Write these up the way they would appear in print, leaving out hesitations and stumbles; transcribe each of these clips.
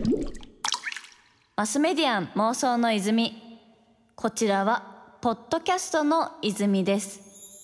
マスメディアン妄想の泉。こちらはポッドキャストの泉です。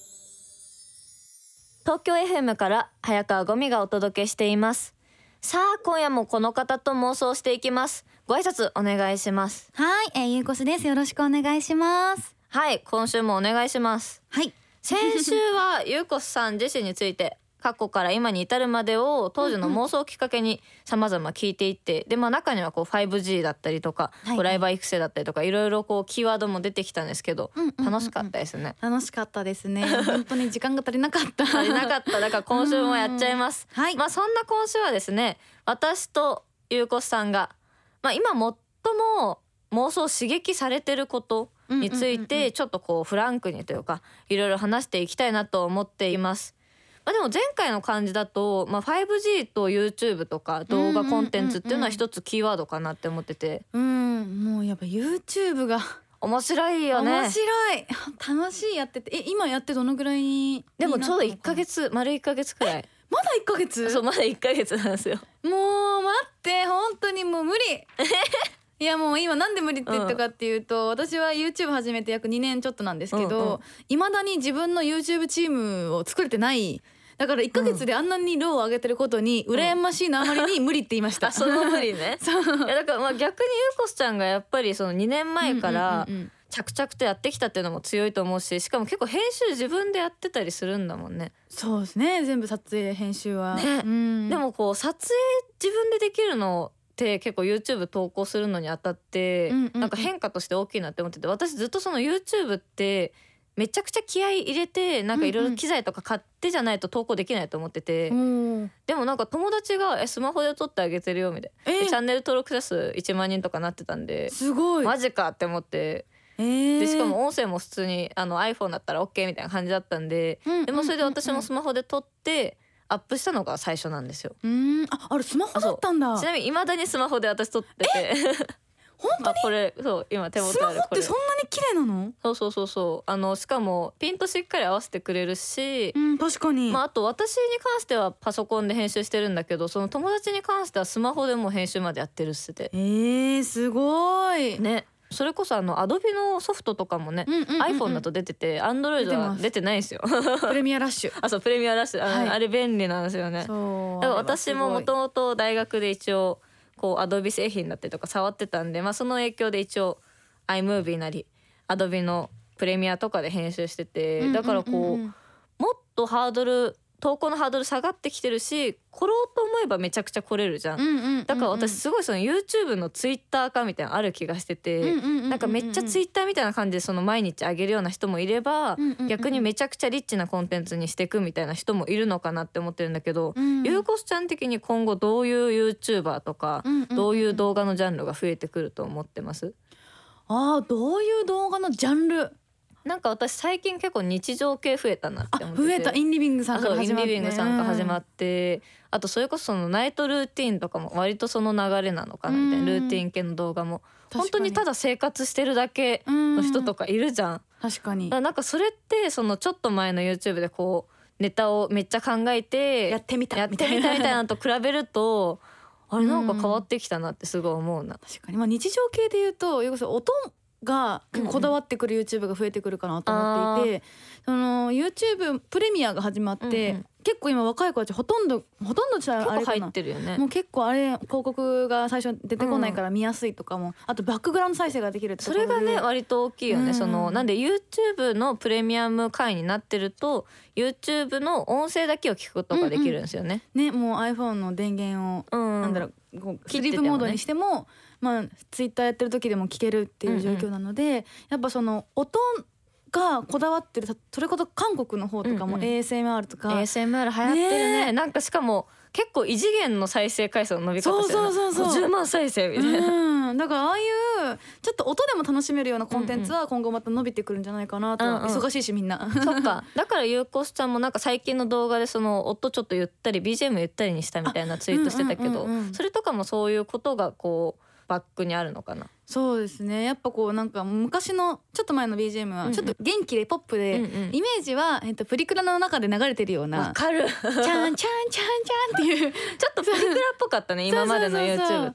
東京 FM から早川ゴミがお届けしています。さあ今夜もこの方と妄想していきます。ご挨拶お願いします。 はい、ゆうこすです。よろしくお願いします。 はい、今週もお願いします。 はい。 先週はゆうこさん自身について過去から今に至るまでを当時の妄想をきっかけに様々聞いていって、で中にはこう 5G だったりとか、 はい、 こうライバー育成だったりとかいろいろこうキーワードも出てきたんですけど、楽しかったですね。 楽しかったですね。本当に時間が足りなかった足りなかった。だから今週もやっちゃいます。 はい。 そんな今週はですね、私とゆうこさんが、今最も妄想を刺激されてることについてちょっとこうフランクにというかいろいろ話していきたいなと思っています。でも前回の感じだと、5G と YouTube とか動画コンテンツっていうのは一つキーワードかなって思ってて、 もうやっぱ YouTube が面白いよね。 面白い、楽しい。やってて今やってどのぐらいにでもちょうど1ヶ月、丸1ヶ月くらい。 まだ1ヶ月？ そう、まだ1ヶ月なんですよ。 もう待って、本当にもう無理いやもう今なんで無理って言ったかっていうと、私は YouTube 始めて約2年ちょっとなんですけど、未だに自分の YouTube チームを作れてない。だから1ヶ月であんなに量を上げてることに羨ましいなあまりに無理って言いました。 その無理ね。そういやだから逆にゆうこすちゃんがやっぱりその2年前から着々とやってきたっていうのも強いと思うし、しかも結構編集自分でやってたりするんだもんね。 そうですね、全部撮影編集は、 ね。でもこう撮影自分でできるのって結構 YouTube 投稿するのにあたってなんか変化として大きいなって思ってて、私ずっとその YouTube ってめちゃくちゃ気合い入れてなんかいろいろ機材とか買ってじゃないと投稿できないと思ってて、でもなんか友達がスマホで撮ってあげてるよみたいな、チャンネル登録者数1万人とかなってたんで、 すごいマジかって思って、でしかも音声も普通にiPhone だったら OK みたいな感じだったんで、でもそれで私もスマホで撮ってアップしたのが最初なんですよ。 あれスマホだったんだ。 ちなみに未だにスマホで私撮ってて本当にこれそう今手元ある。 スマホってそんなに綺麗なの？ そうしかもピントしっかり合わせてくれるし、 確かに。 あと私に関してはパソコンで編集してるんだけど、その友達に関してはスマホでも編集までやってるっすって。 すごいね。それこそアドビのソフトとかもね、iPhone だと出てて Android は出てないんですよ。 プレミアラッシュ。 そうプレミアラッシュ、あれ便利なんですよね。だから私ももともと大学で一応こうアドビ製品だったりとか触ってたんで、その影響で一応 iMovie なりアドビのプレミアとかで編集してて、だからこうもっと投稿のハードル下がってきてるし、来ろうと思えばめちゃくちゃ来れるじゃん。だから私すごいその YouTube の Twitter 化みたいなのある気がしてて、なんかめっちゃ Twitter みたいな感じでその毎日上げるような人もいれば、逆にめちゃくちゃリッチなコンテンツにしていくみたいな人もいるのかなって思ってるんだけど、ゆうこすちゃん的に今後どういう YouTuber とかどういう動画のジャンルが増えてくると思ってます？ どういう動画のジャンル？ なんか私最近結構日常系増えたなって思ってて、 増えた。インリビングさんから始まって、 インリビングさんから始まって、あとそれこそそのナイトルーティンとかも割とその流れなのかなみたいな、ルーティン系の動画も本当にただ生活してるだけの人とかいるじゃん。 確かに。 なんかそれってそのちょっと前の YouTube でこうネタをめっちゃ考えてやってみたみたいなのと比べるとあれなんか変わってきたなってすごい思うな。 確かに。日常系で言うとよく音がこだわってくる YouTube が増えてくるかなと思っていて、その YouTube プレミアが始まって、結構今若い子たちほとんどじゃあれかな、 入ってるよね。 もう結構あれ広告が最初出てこないから見やすいとかも、あとバックグラウンド再生ができるってところで、 それがね割と大きいよね。そのなんで YouTube のプレミアム会になってると YouTube の音声だけを聞くことができるんですよね。 もう iPhone の電源を、なんだろう、スリープモードにしてもTwitter やってる時でも聞けるっていう状況なので、やっぱその音がこだわってる、それこそ韓国の方とかも ASMR とか、 ASMR 流行ってるね。なんかしかも結構異次元の再生回数の伸び方してるね。50万再生みたいな。 だからああいうちょっと音でも楽しめるようなコンテンツは今後また伸びてくるんじゃないかなと。忙しいしみんな。 そっか。だからゆうこすちゃんもなんか最近の動画でその音ちょっとゆったり BGM ゆったりにしたみたいなツイートしてたけど、それとかもそういうことがこうバックにあるのかな。 そうですね。やっぱこうなんか昔のちょっと前の BGM はちょっと元気でポップで、イメージはプリクラの中で流れてるような、 わかる。 チャンチャンチャンチャンっていうちょっとプリクラっぽかったね今までの YouTube って。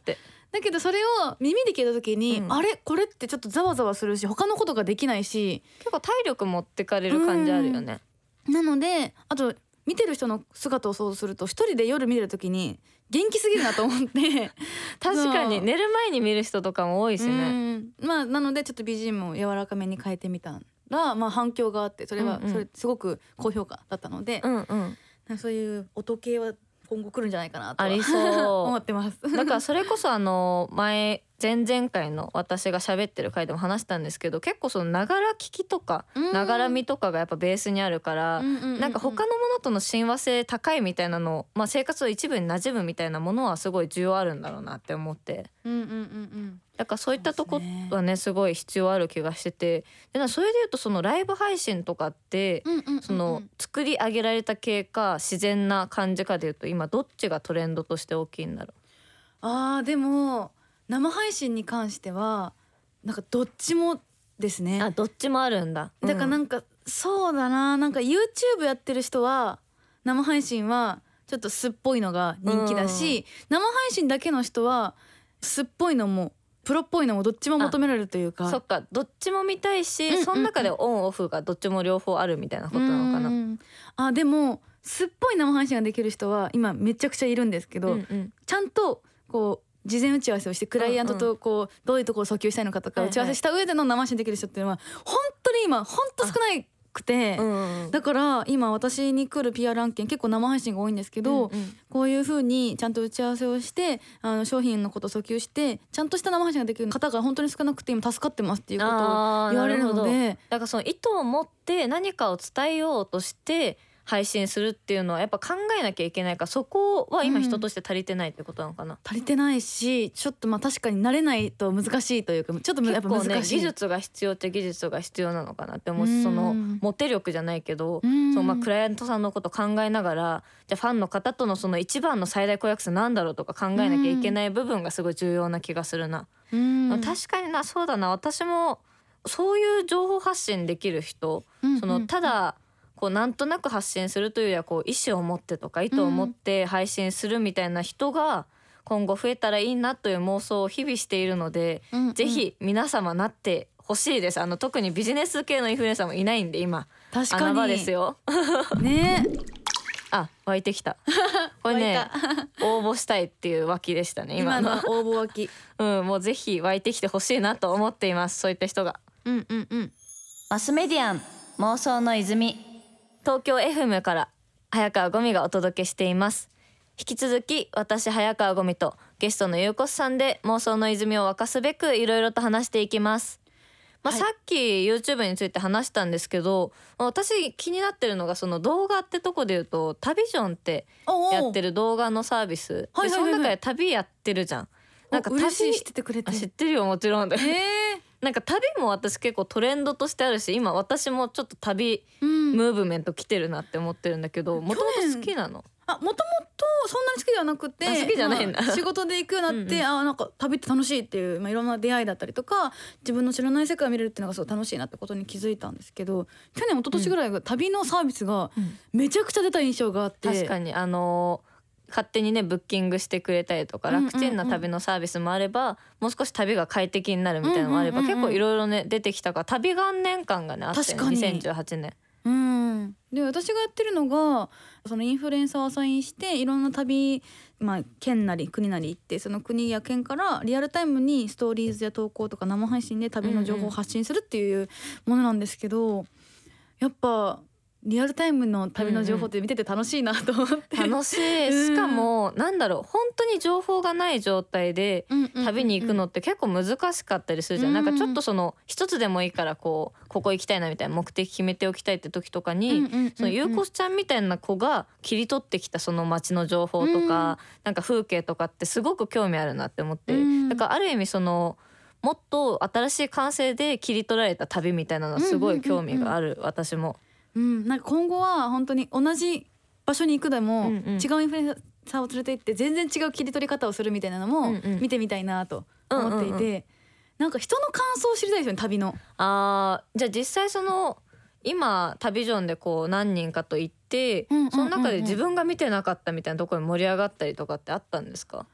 だけどそれを耳で聞いた時に、あれこれってちょっとざわざわするし他のことができないし、 結構体力持ってかれる感じあるよね。 なのであと見てる人の姿を想像すると一人で夜見てる時に元気すぎるなと思って確かに寝る前に見る人とかも多いしね。 まあなのでちょっと BGM を柔らかめに変えてみたら、まあ反響があって、それすごく高評価だったので、そういう音系は今後来るんじゃないかなとありそう思ってます。 だからそれこそ前々回の私が喋ってる回でも話したんですけど、結構そのながら聞きとかながら見とかがやっぱベースにあるから、なんか他のものとの親和性高いみたいなの、まあ、生活の一部に馴染むみたいなものはすごい需要あるんだろうなって思って、だからそういったとこはねすごい必要ある気がしてて、でそれでいうとそのライブ配信とかってその作り上げられた系か自然な感じかでいうと今どっちがトレンドとして大きいんだろう。でも生配信に関してはなんかどっちもですね。 どっちもあるんだ。 だからなんか、そうだな、なんか YouTube やってる人は生配信はちょっと素っぽいのが人気だし、生配信だけの人は素っぽいのもプロっぽいのもどっちも求められるというか。 そっか、どっちも見たいし、その中でオンオフがどっちも両方あるみたいなことなのかな。 でも素っぽい生配信ができる人は今めちゃくちゃいるんですけど、ちゃんとこう事前打ち合わせをしてクライアントとこうどういうところを訴求したいのかとか打ち合わせした上での生配信できる人っていうのは本当に今本当少ないくて、だから今私に来る PR 案件結構生配信が多いんですけど、こういう風にちゃんと打ち合わせをして商品のことを訴求してちゃんとした生配信ができる方が本当に少なくて今助かってますっていうことを言われるので、 だからその意図を持って何かを伝えようとして配信するっていうのはやっぱ考えなきゃいけないから、そこは今人として足りてないってことなのかな。 足りてないし、ちょっとまあ確かに慣れないと難しいというか、ちょっとやっぱ難しい。 結構ね技術が必要って技術が必要なのかなって思うし、そのモテ力じゃないけど、そのまあクライアントさんのこと考えながら、じゃあファンの方とのその一番の最大公約数なんだろうとか考えなきゃいけない部分がすごい重要な気がするな。確かにな、そうだな、私もそういう情報発信できる人、そのただこうなんとなく発信するというよりはこう意思を持ってとか意図を持って配信するみたいな人が今後増えたらいいなという妄想を日々しているので、ぜひ皆様なってほしいです。特にビジネス系のインフルエンサーもいないんで今確かに穴場ですよね。 湧いてきたこれね応募したいっていう湧きでしたね今の応募湧きもうぜひ湧いてきてほしいなと思っています。そういった人がマスメディアン妄想の泉、東京 FM から早川ゴミがお届けしています。引き続き私早川ゴミとゲストのゆうこすさんで妄想の泉を沸かすべくいろいろと話していきます。さっき YouTube について話したんですけど、私気になってるのがその動画ってとこで言うと旅ジョンってやってる動画のサービスで、その中で旅やってるじゃん。 なんか嬉しい、知っててくれて。 知ってるよもちろんでなんか旅も私結構トレンドとしてあるし、今私もちょっと旅ムーブメント来てるなって思ってるんだけど、もともと好きなの？ もともとそんなに好きではなくて、 好きじゃないんだ、 仕事で行くようになってなんか旅って楽しいっていう、いろんな出会いだったりとか自分の知らない世界を見れるっていうのがすごい楽しいなってことに気づいたんですけど、去年一昨年ぐらいが旅のサービスがめちゃくちゃ出た印象があって、 確かに勝手にねブッキングしてくれたりとか楽ちんな旅のサービスもあれば、もう少し旅が快適になるみたいなのもあれば、結構いろいろね出てきたから旅元年間がねあってね、2018年。 で私がやってるのがそのインフルエンサーをアサインしていろんな旅、県なり国なり行って、その国や県からリアルタイムにストーリーズや投稿とか生配信で旅の情報を発信するっていうものなんですけど、やっぱリアルタイムの旅の情報って見てて楽しいなと思って、 楽しい。しかもなんだろう、本当に情報がない状態で旅に行くのって結構難しかったりするじゃん。なんかちょっとその一つでもいいからここ行きたいなみたいな目的決めておきたいって時とかに、そのゆうこすちゃんみたいな子が切り取ってきたその街の情報とか、なんか風景とかってすごく興味あるなって思って、だからある意味そのもっと新しい感性で切り取られた旅みたいなのはすごい興味がある、私も。なんか今後は本当に同じ場所に行くでも、違うインフルエンサーを連れて行って全然違う切り取り方をするみたいなのも見てみたいなと思っていて、なんか人の感想を知りたいですよね、旅の。じゃあ実際その今旅ジョンでこう何人かと行って、その中で自分が見てなかったみたいなところに盛り上がったりとかってあったんですか？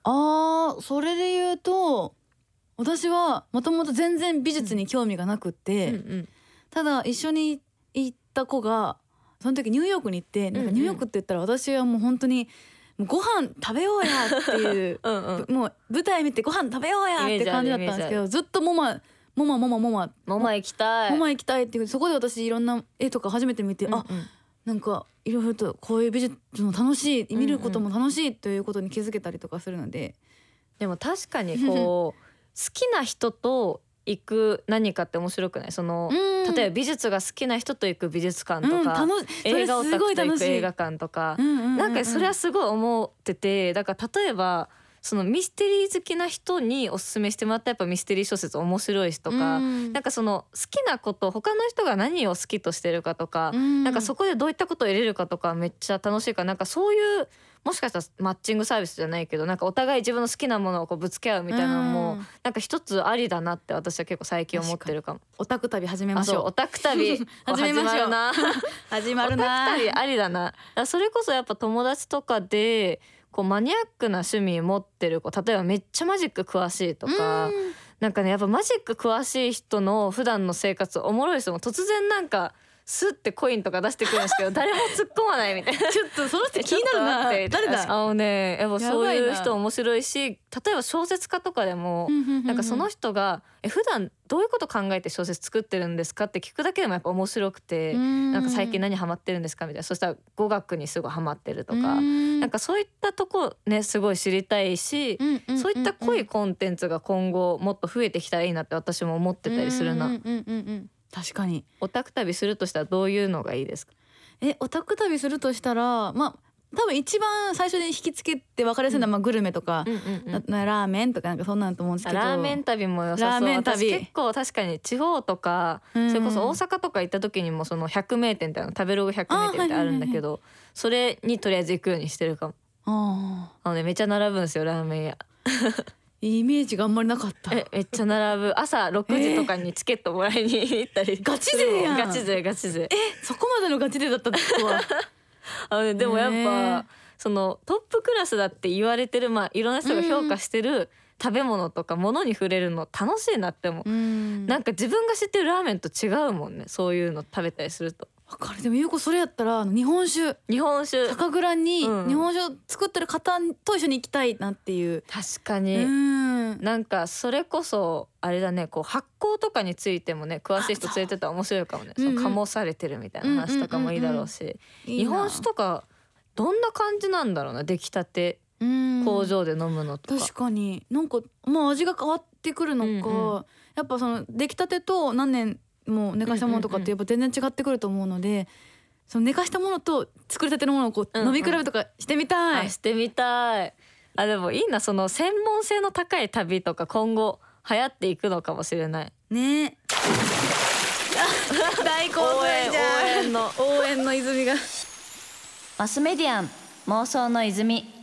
それで言うと私はもともと全然美術に興味がなくって、ただ一緒に行った子がその時ニューヨークに行って、なんかニューヨークって言ったら私はもう本当にご飯食べようやっていうもう舞台見てご飯食べようやって感じだったんですけど、ずっとモマ行きたいっていう、そこで私いろんな絵とか初めて見て、なんかいろいろとこういう美術も楽しい、見ることも楽しいということに気づけたりとかするので。 でも確かにこう好きな人と行く何かって面白くない？その例えば美術が好きな人と行く美術館とか、映画オタクと行く映画館とか、なんかそれはすごい思ってて、だから例えばそのミステリー好きな人におすすめしてもらったやっぱミステリー小説面白いしとか、なんかその好きなこと他の人が何を好きとしてるかとか、なんかそこでどういったことを得れるかとかめっちゃ楽しいから、なんかそういうもしかしたらマッチングサービスじゃないけど、なんかお互い自分の好きなものをこうぶつけ合うみたいなのもなんか一つありだなって私は結構最近思ってるかも。 オタク旅始めましょう。 オタク旅始めましょうな始まるな。 オタク旅ありだな。それこそやっぱ友達とかでこうマニアックな趣味持ってる子、例えばめっちゃマジック詳しいとか、なんかねやっぱマジック詳しい人の普段の生活おもろい人も突然なんかスッてコインとか出してくるんですけど誰も突っ込まないみたいなちょっとその人気になるな。誰だ？ やっぱそういう人面白いし、例えば小説家とかでもなんかその人が普段どういうこと考えて小説作ってるんですかって聞くだけでもやっぱ面白くて、なんか最近何ハマってるんですかみたいな、そしたら語学にすごいハマってるとか、なんかそういったとこねすごい知りたいし、そういった濃いコンテンツが今後もっと増えてきたらいいなって私も思ってたりするな。 確かに。 オタク旅するとしたらどういうのがいいですか？ オタク旅するとしたら多分一番最初に引きつけて分かりやすいのはグルメとか、ラーメンとかなんかそんなんと思うんですけど、 ラーメン旅も良さそう。 ラーメン旅私結構確かに地方とか、それこそ大阪とか行った時にもその百名店って食べログ百名店ってあるんだけど、それにとりあえず行くようにしてるかも。めっちゃ並ぶんですよラーメン屋イメージがあんまりなかった。 めっちゃ並ぶ。朝6時とかにチケットもらいに行ったり、 ガチ勢やん。 ガチ勢そこまでのガチ勢だったとはでもやっぱそのトップクラスだって言われてる、いろんな人が評価してる食べ物とか物に触れるの楽しいなって思う。なんか自分が知ってるラーメンと違うもんね、そういうの食べたりすると。 わかる。でも優子それやったら日本酒酒蔵に日本酒を作ってる方と一緒に行きたいなっていう。 確かになんかそれこそあれだね、こう発酵とかについてもね詳しい人連れてたら面白いかもね。その醸されてるみたいな話とかもいいだろうし、日本酒とかどんな感じなんだろうな、出来たて工場で飲むのとか。 確かになんか味が変わってくるのか、やっぱその出来たてと何年もう寝かしたものとかってやっぱ全然違ってくると思うので、その寝かしたものと作りたてのものをこう飲み比べとかしてみたい。 してみたい。でもいいな、その専門性の高い旅とか今後流行っていくのかもしれないね。大興奮じゃん。応援の泉が。 マスメディアン妄想の泉。